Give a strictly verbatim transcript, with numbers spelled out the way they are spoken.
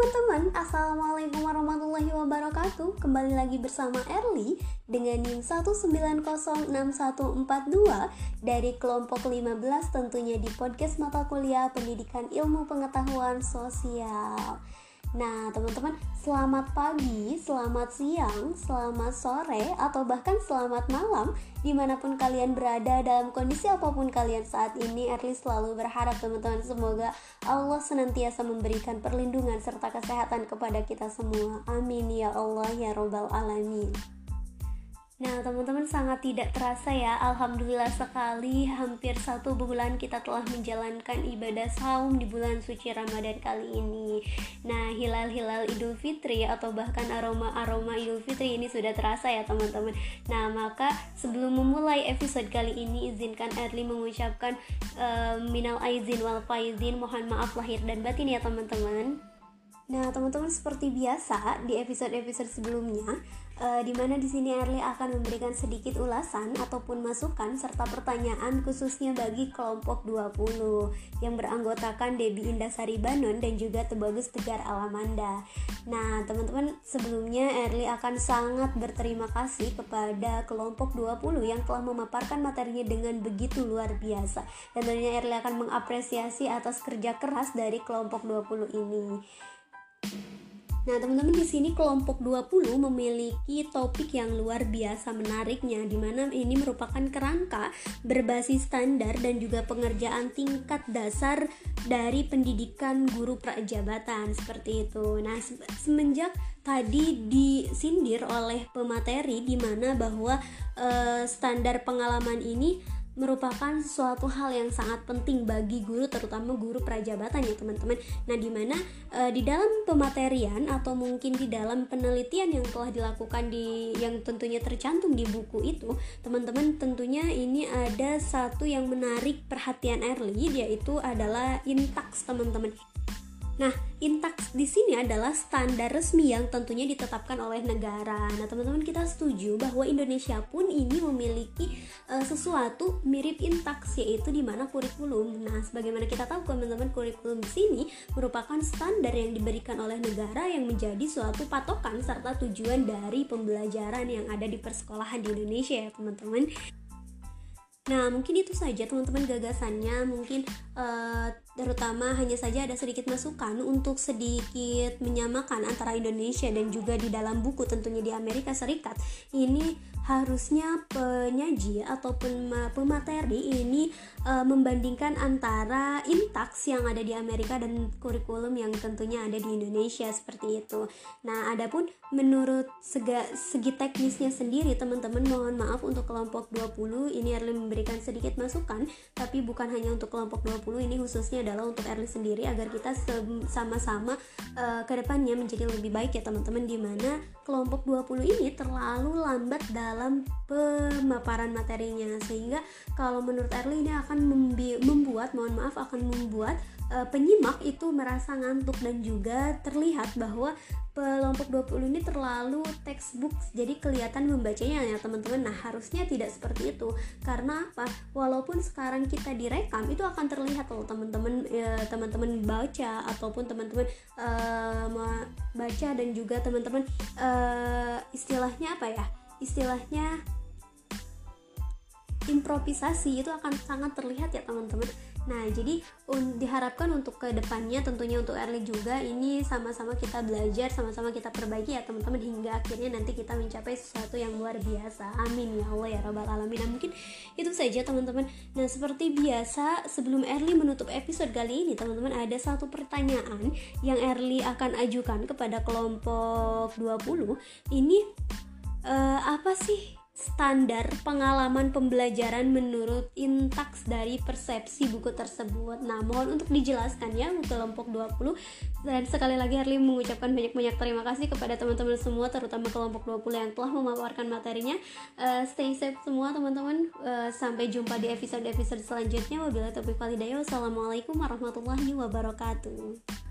teman-teman, Assalamualaikum warahmatullahi wabarakatuh. Kembali lagi bersama Erli dengan NIM satu sembilan nol enam satu empat dua dari kelompok lima belas, tentunya di podcast mata kuliah Pendidikan Ilmu Pengetahuan Sosial. Nah teman-teman, selamat pagi, selamat siang, selamat sore, atau bahkan selamat malam dimanapun kalian berada, dalam kondisi apapun kalian saat ini. Erli selalu berharap teman-teman, semoga Allah senantiasa memberikan perlindungan serta kesehatan kepada kita semua. Amin ya Allah ya Rabbal Alamin. Nah teman-teman, sangat tidak terasa ya, alhamdulillah sekali hampir satu bulan kita telah menjalankan ibadah saum di bulan suci Ramadan kali ini. Nah hilal-hilal Idul Fitri atau bahkan aroma-aroma Idul Fitri ini sudah terasa ya teman-teman. Nah maka sebelum memulai episode kali ini, izinkan Erli mengucapkan uh, minal aizin wal faizin, mohon maaf lahir dan batin ya teman-teman. Nah teman-teman, seperti biasa di episode-episode sebelumnya, uh, dimana di sini Erli akan memberikan sedikit ulasan ataupun masukan serta pertanyaan khususnya bagi kelompok dua puluh yang beranggotakan Debbie Indasari Banon dan juga Tubagus Tegar Alamanda. Nah teman-teman, sebelumnya Erli akan sangat berterima kasih kepada kelompok dua puluh yang telah memaparkan materinya dengan begitu luar biasa, dan tentunya Erli akan mengapresiasi atas kerja keras dari kelompok dua puluh ini. Nah teman-teman, di sini kelompok dua puluh memiliki topik yang luar biasa menariknya, di mana ini merupakan kerangka berbasis standar dan juga pengerjaan tingkat dasar dari pendidikan guru prajabatan, seperti itu. Nah semenjak tadi disindir oleh pemateri, di mana bahwa e, standar pengalaman ini merupakan suatu hal yang sangat penting bagi guru, terutama guru prajabatan ya teman-teman. Nah dimana e, di dalam pematerian atau mungkin di dalam penelitian yang telah dilakukan di yang tentunya tercantum di buku itu, teman-teman, tentunya ini ada satu yang menarik perhatian Erli, yaitu adalah INTAX teman-teman. Nah, INTAX di sini adalah standar resmi yang tentunya ditetapkan oleh negara. Nah, teman-teman, kita setuju bahwa Indonesia pun ini memiliki uh, sesuatu mirip INTAX, yaitu di mana kurikulum. Nah, sebagaimana kita tahu teman-teman, kurikulum di sini merupakan standar yang diberikan oleh negara yang menjadi suatu patokan serta tujuan dari pembelajaran yang ada di persekolahan di Indonesia ya, teman-teman. Nah mungkin itu saja teman-teman gagasannya, mungkin uh, terutama hanya saja ada sedikit masukan untuk sedikit menyamakan antara Indonesia dan juga di dalam buku tentunya di Amerika Serikat. Ini harusnya penyaji ataupun pemateri ini uh, membandingkan antara INTAX yang ada di Amerika dan kurikulum yang tentunya ada di Indonesia, seperti itu. Nah adapun menurut sega, segi teknisnya sendiri teman-teman, mohon maaf untuk kelompok dua puluh ini Erli memberikan sedikit masukan, tapi bukan hanya untuk kelompok dua puluh, ini khususnya adalah untuk Erli sendiri agar kita sama-sama uh, ke depannya menjadi lebih baik ya teman-teman, di mana kelompok dua puluh ini terlalu lambat dalam pemaparan materinya, sehingga kalau menurut Erli ini akan membi- membuat mohon maaf akan membuat uh, penyimak itu merasa ngantuk dan juga terlihat bahwa kelompok dua puluh ini terlalu textbook, jadi kelihatan membacanya ya teman-teman. Nah harusnya tidak seperti itu, karena apa? Walaupun sekarang kita direkam, itu akan terlihat loh teman-teman, ya, teman-teman baca ataupun teman-teman uh, baca dan juga teman-teman uh, istilahnya apa ya? Istilahnya improvisasi itu akan sangat terlihat ya teman-teman. Nah jadi un, diharapkan untuk kedepannya tentunya untuk Erli juga ini sama-sama kita belajar, sama-sama kita perbaiki ya teman-teman, hingga akhirnya nanti kita mencapai sesuatu yang luar biasa. Amin ya Allah ya Rabbal Alamin. Nah mungkin itu saja teman-teman. Nah seperti biasa sebelum Erli menutup episode kali ini teman-teman, ada satu pertanyaan yang Erli akan ajukan kepada kelompok dua puluh ini. Uh, apa sih standar pengalaman pembelajaran menurut INTAX dari persepsi buku tersebut? Nah mohon untuk dijelaskan ya kelompok dua puluh. Dan sekali lagi Erli mengucapkan banyak-banyak terima kasih kepada teman-teman semua, terutama kelompok dua puluh yang telah memaparkan materinya. uh, Stay safe semua teman-teman. uh, Sampai jumpa di episode-episode selanjutnya. Wabillahi taufiq wal hidayah. Wassalamualaikum warahmatullahi wabarakatuh.